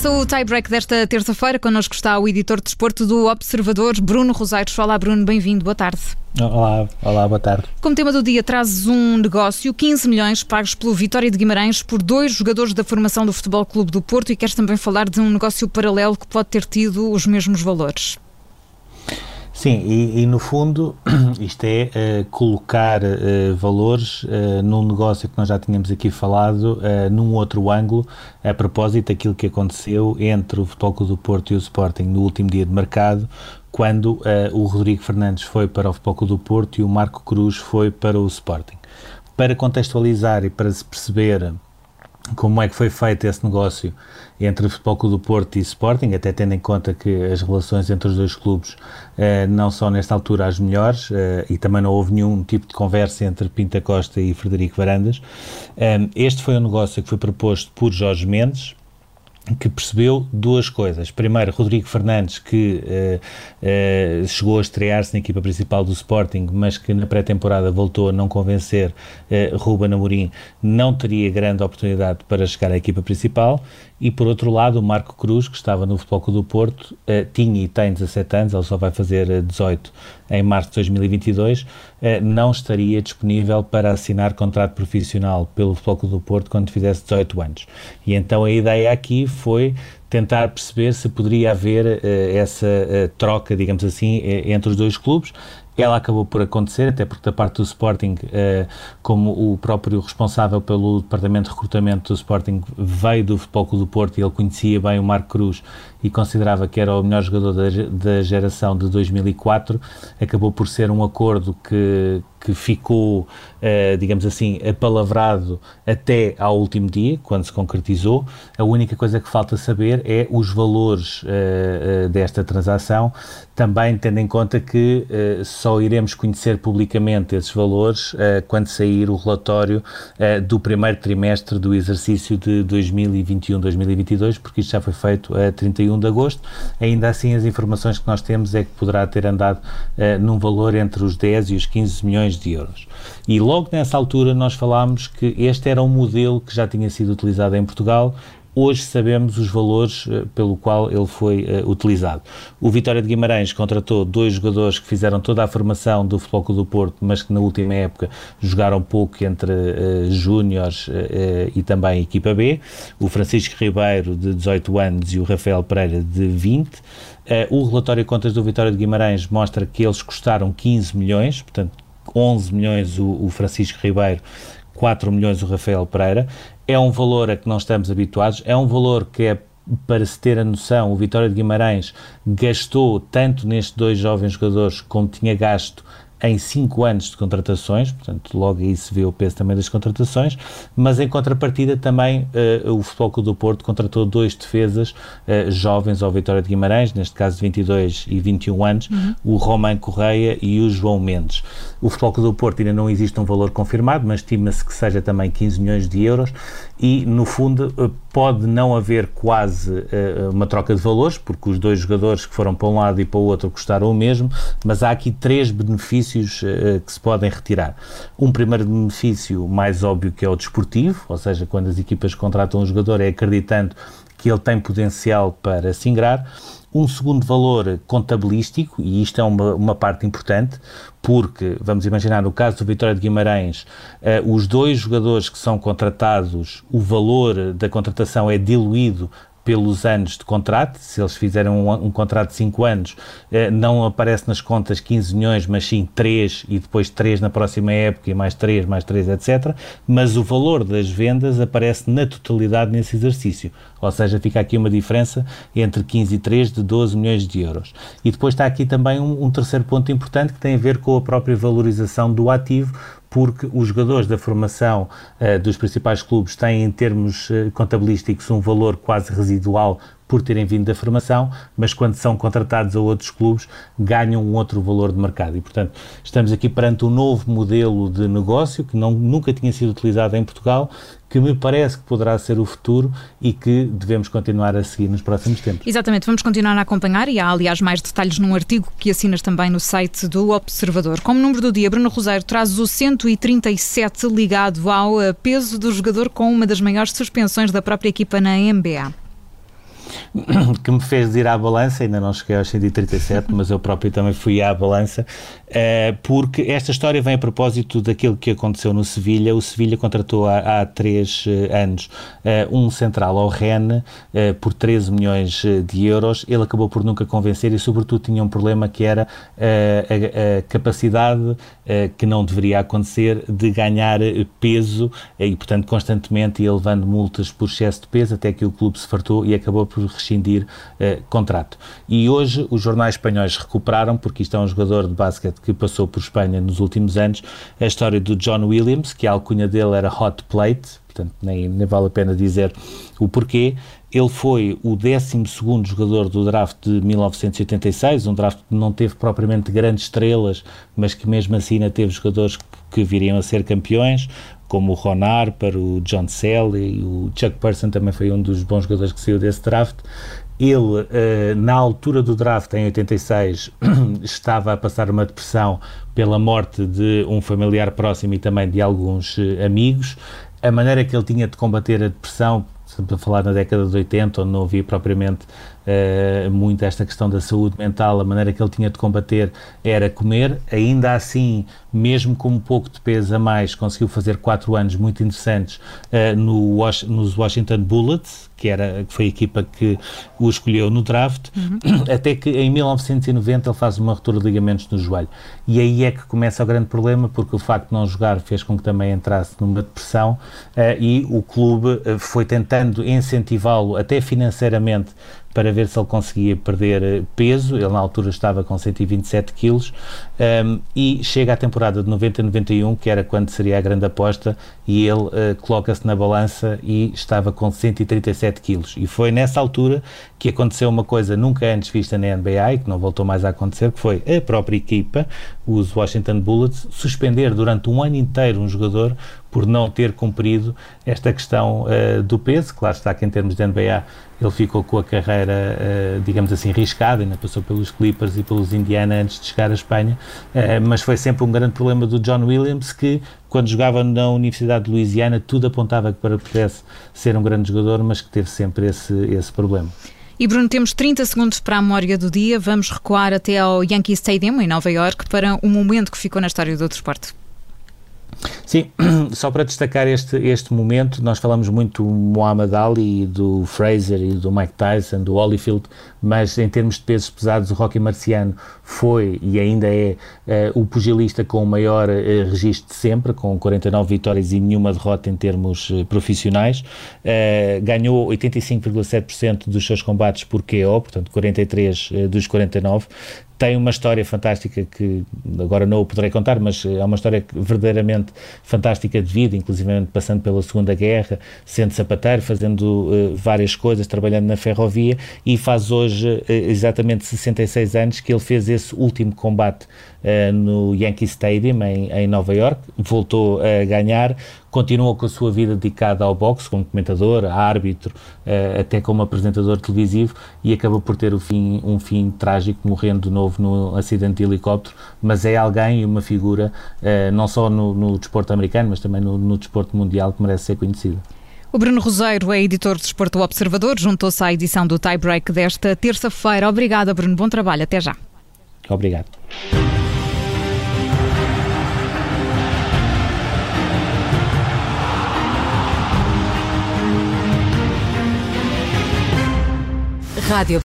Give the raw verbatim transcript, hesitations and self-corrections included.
Começa o tie-break desta terça-feira. Connosco está o editor de desporto do Observador, Bruno Roseiros. Olá, Bruno, bem-vindo, boa tarde. Olá, olá, boa tarde. Como tema do dia, trazes um negócio, quinze milhões pagos pelo Vitória de Guimarães por dois jogadores da formação do Futebol Clube do Porto, e queres também falar de um negócio paralelo que pode ter tido os mesmos valores. Sim, e, e no fundo isto é uh, colocar uh, valores uh, num negócio que nós já tínhamos aqui falado, uh, num outro ângulo, a propósito daquilo que aconteceu entre o Futebol Clube do Porto e o Sporting no último dia de mercado, quando uh, o Rodrigo Fernandes foi para o Futebol Clube do Porto e o Marco Cruz foi para o Sporting. Para contextualizar e para se perceber como é que foi feito esse negócio entre o Futebol Clube do Porto e Sporting, até tendo em conta que as relações entre os dois clubes eh, não são nesta altura as melhores, eh, e também não houve nenhum tipo de conversa entre Pinto Costa e Frederico Varandas. Eh, este foi um negócio que foi proposto por Jorge Mendes, que percebeu duas coisas. Primeiro, Rodrigo Fernandes, que uh, uh, chegou a estrear-se na equipa principal do Sporting, mas que na pré-temporada voltou a não convencer uh, Ruben Amorim, não teria grande oportunidade para chegar à equipa principal. E, por outro lado, o Marco Cruz, que estava no Futebol Clube do Porto, uh, tinha e tem dezassete anos, ele só vai fazer dezoito em março de dois mil e vinte e dois, uh, não estaria disponível para assinar contrato profissional pelo Futebol Clube do Porto quando fizesse dezoito anos. E então a ideia aqui foi tentar perceber se poderia haver uh, essa uh, troca, digamos assim, uh, entre os dois clubes. Ela acabou por acontecer, até porque da parte do Sporting, uh, como o próprio responsável pelo departamento de recrutamento do Sporting veio do Futebol Clube do Porto e ele conhecia bem o Marco Cruz e considerava que era o melhor jogador da, da geração de dois mil e quatro, acabou por ser um acordo que, que ficou, uh, digamos assim, apalavrado até ao último dia, quando se concretizou. A única coisa que falta saber é os valores uh, uh, desta transação, também tendo em conta que uh, só iremos conhecer publicamente esses valores uh, quando sair o relatório uh, do primeiro trimestre do exercício de dois mil e vinte e um, dois mil e vinte e dois, porque isto já foi feito a trinta e um de agosto. Ainda assim, as informações que nós temos é que poderá ter andado uh, num valor entre os dez e os quinze milhões de euros. E logo nessa altura nós falámos que este era um modelo que já tinha sido utilizado em Portugal. Hoje sabemos os valores uh, pelo qual ele foi uh, utilizado. O Vitória de Guimarães contratou dois jogadores que fizeram toda a formação do Futebol Clube do Porto, mas que na última época jogaram pouco entre uh, júniores uh, uh, e também equipa B, o Francisco Ribeiro, de dezoito anos, e o Rafael Pereira, de vinte. Uh, o relatório de contas do Vitória de Guimarães mostra que eles custaram quinze milhões, portanto onze milhões o, o Francisco Ribeiro, quatro milhões o Rafael Pereira. É um valor a que não estamos habituados, é um valor que é, para se ter a noção, o Vitória de Guimarães gastou tanto nestes dois jovens jogadores como tinha gasto em cinco anos de contratações, portanto logo aí se vê o peso também das contratações, mas em contrapartida também uh, o Futebol Clube do Porto contratou dois defesas uh, jovens ao Vitória de Guimarães, neste caso de vinte e dois e vinte e um anos, uhum. o Román Correia e o João Mendes. O Futebol Clube do Porto ainda não existe um valor confirmado, mas estima-se que seja também quinze milhões de euros e, no fundo, uh, pode não haver quase uh, uma troca de valores, porque os dois jogadores que foram para um lado e para o outro custaram o mesmo, mas há aqui três benefícios uh, que se podem retirar. Um primeiro benefício mais óbvio, que é o desportivo, ou seja, quando as equipas contratam um jogador é acreditando que ele tem potencial para se ingrar. Um segundo valor contabilístico, e isto é uma, uma parte importante, porque, vamos imaginar, no caso do Vitória de Guimarães, uh, os dois jogadores que são contratados, o valor da contratação é diluído pelos anos de contrato. Se eles fizerem um, um contrato de cinco anos, eh, não aparece nas contas quinze milhões, mas sim três, e depois três na próxima época, e mais três, mais três, etcétera. Mas o valor das vendas aparece na totalidade nesse exercício. Ou seja, fica aqui uma diferença entre quinze e três de doze milhões de euros. E depois está aqui também um, um terceiro ponto importante que tem a ver com a própria valorização do ativo, porque os jogadores da formação uh, dos principais clubes têm, em termos uh, contabilísticos, um valor quase residual por terem vindo da formação, mas quando são contratados a outros clubes ganham um outro valor de mercado. E, portanto, estamos aqui perante um novo modelo de negócio que não, nunca tinha sido utilizado em Portugal, que me parece que poderá ser o futuro e que devemos continuar a seguir nos próximos tempos. Exatamente, vamos continuar a acompanhar e há, aliás, mais detalhes num artigo que assinas também no site do Observador. Como número do dia, Bruno Roseiro traz o cento e trinta e sete ligado ao peso do jogador com uma das maiores suspensões da própria equipa na N B A. que me fez ir à balança, ainda não cheguei aos cento e trinta e sete, mas eu próprio também fui à balança, uh, porque esta história vem a propósito daquilo que aconteceu no Sevilha. O Sevilha contratou há, há três uh, anos uh, um central ao Rennes uh, por treze milhões de euros. Ele acabou por nunca convencer e, sobretudo, tinha um problema que era uh, a, a capacidade uh, que não deveria acontecer de ganhar peso uh, e, portanto, constantemente ia levando multas por excesso de peso, até que o clube se fartou e acabou por rescindir uh, contrato. E hoje os jornais espanhóis recuperaram, porque isto é um jogador de basquete que passou por Espanha nos últimos anos, a história do John Williams, que a alcunha dele era Hot Plate, portanto nem, nem vale a pena dizer o porquê. Ele foi o décimo segundo jogador do draft de mil novecentos e oitenta e seis, um draft que não teve propriamente grandes estrelas, mas que mesmo assim ainda teve jogadores que, que viriam a ser campeões, como o Ron Harper, o John Sally, o Chuck Person também foi um dos bons jogadores que saiu desse draft. Ele, uh, na altura do draft, em oitenta e seis, estava a passar uma depressão pela morte de um familiar próximo e também de alguns uh, amigos. A maneira que ele tinha de combater a depressão, estamos a falar na década de oitenta, onde não havia propriamente uh, muito esta questão da saúde mental, a maneira que ele tinha de combater era comer. Ainda assim, mesmo com um pouco de peso a mais, conseguiu fazer quatro anos muito interessantes uh, no Was- nos Washington Bullets, que, era, que foi a equipa que o escolheu no draft, uhum. Até que em mil novecentos e noventa ele faz uma ruptura de ligamentos no joelho. E aí é que começa o grande problema, porque o facto de não jogar fez com que também entrasse numa depressão uh, e o clube uh, foi tentando incentivá-lo, até financeiramente, para ver se ele conseguia perder peso. Ele na altura estava com cento e vinte e sete quilos um, e chega à temporada de noventa a noventa e um, que era quando seria a grande aposta, e ele uh, coloca-se na balança e estava com cento e trinta e sete quilos. E foi nessa altura que aconteceu uma coisa nunca antes vista na N B A e que não voltou mais a acontecer, que foi a própria equipa, os Washington Bullets, suspender durante um ano inteiro um jogador por não ter cumprido esta questão uh, do peso. Claro está que em termos de N B A ele ficou com a carreira, uh, digamos assim, riscada, ainda passou pelos Clippers e pelos Indiana antes de chegar à Espanha, uh, mas foi sempre um grande problema do John Williams, que quando jogava na Universidade de Louisiana tudo apontava para que pudesse ser um grande jogador, mas que teve sempre esse, esse problema. E Bruno, temos trinta segundos para a memória do dia. Vamos recuar até ao Yankee Stadium, em Nova Iorque, para um momento que ficou na história do desporto. Sim, só para destacar este, este momento, nós falamos muito do Muhammad Ali, do Fraser e do Mike Tyson, do Holyfield, mas em termos de pesos pesados o Rocky Marciano foi e ainda é uh, o pugilista com o maior uh, registro de sempre, com quarenta e nove vitórias e nenhuma derrota em termos uh, profissionais. Uh, ganhou oitenta e cinco vírgula sete por cento dos seus combates por K O, portanto quarenta e três uh, dos quarenta e nove. Tem uma história fantástica que agora não o poderei contar, mas é uma história verdadeiramente fantástica de vida, inclusive passando pela Segunda Guerra, sendo sapateiro, fazendo uh, várias coisas, trabalhando na ferrovia, e faz hoje uh, exatamente sessenta e seis anos que ele fez esse último combate uh, no Yankee Stadium em, em Nova Iorque. Voltou a ganhar, continuou com a sua vida dedicada ao boxe, como comentador, árbitro, uh, até como apresentador televisivo, e acabou por ter o fim, um fim trágico, morrendo de novo no acidente de helicóptero. Mas é alguém e uma figura, uh, não só no, no desporto americano, mas também no, no desporto mundial, que merece ser conhecida. O Bruno Roseiro é editor de Desporto Observador, juntou-se à edição do Tie Break desta terça-feira. Obrigada, Bruno. Bom trabalho. Até já. Obrigado. Rádio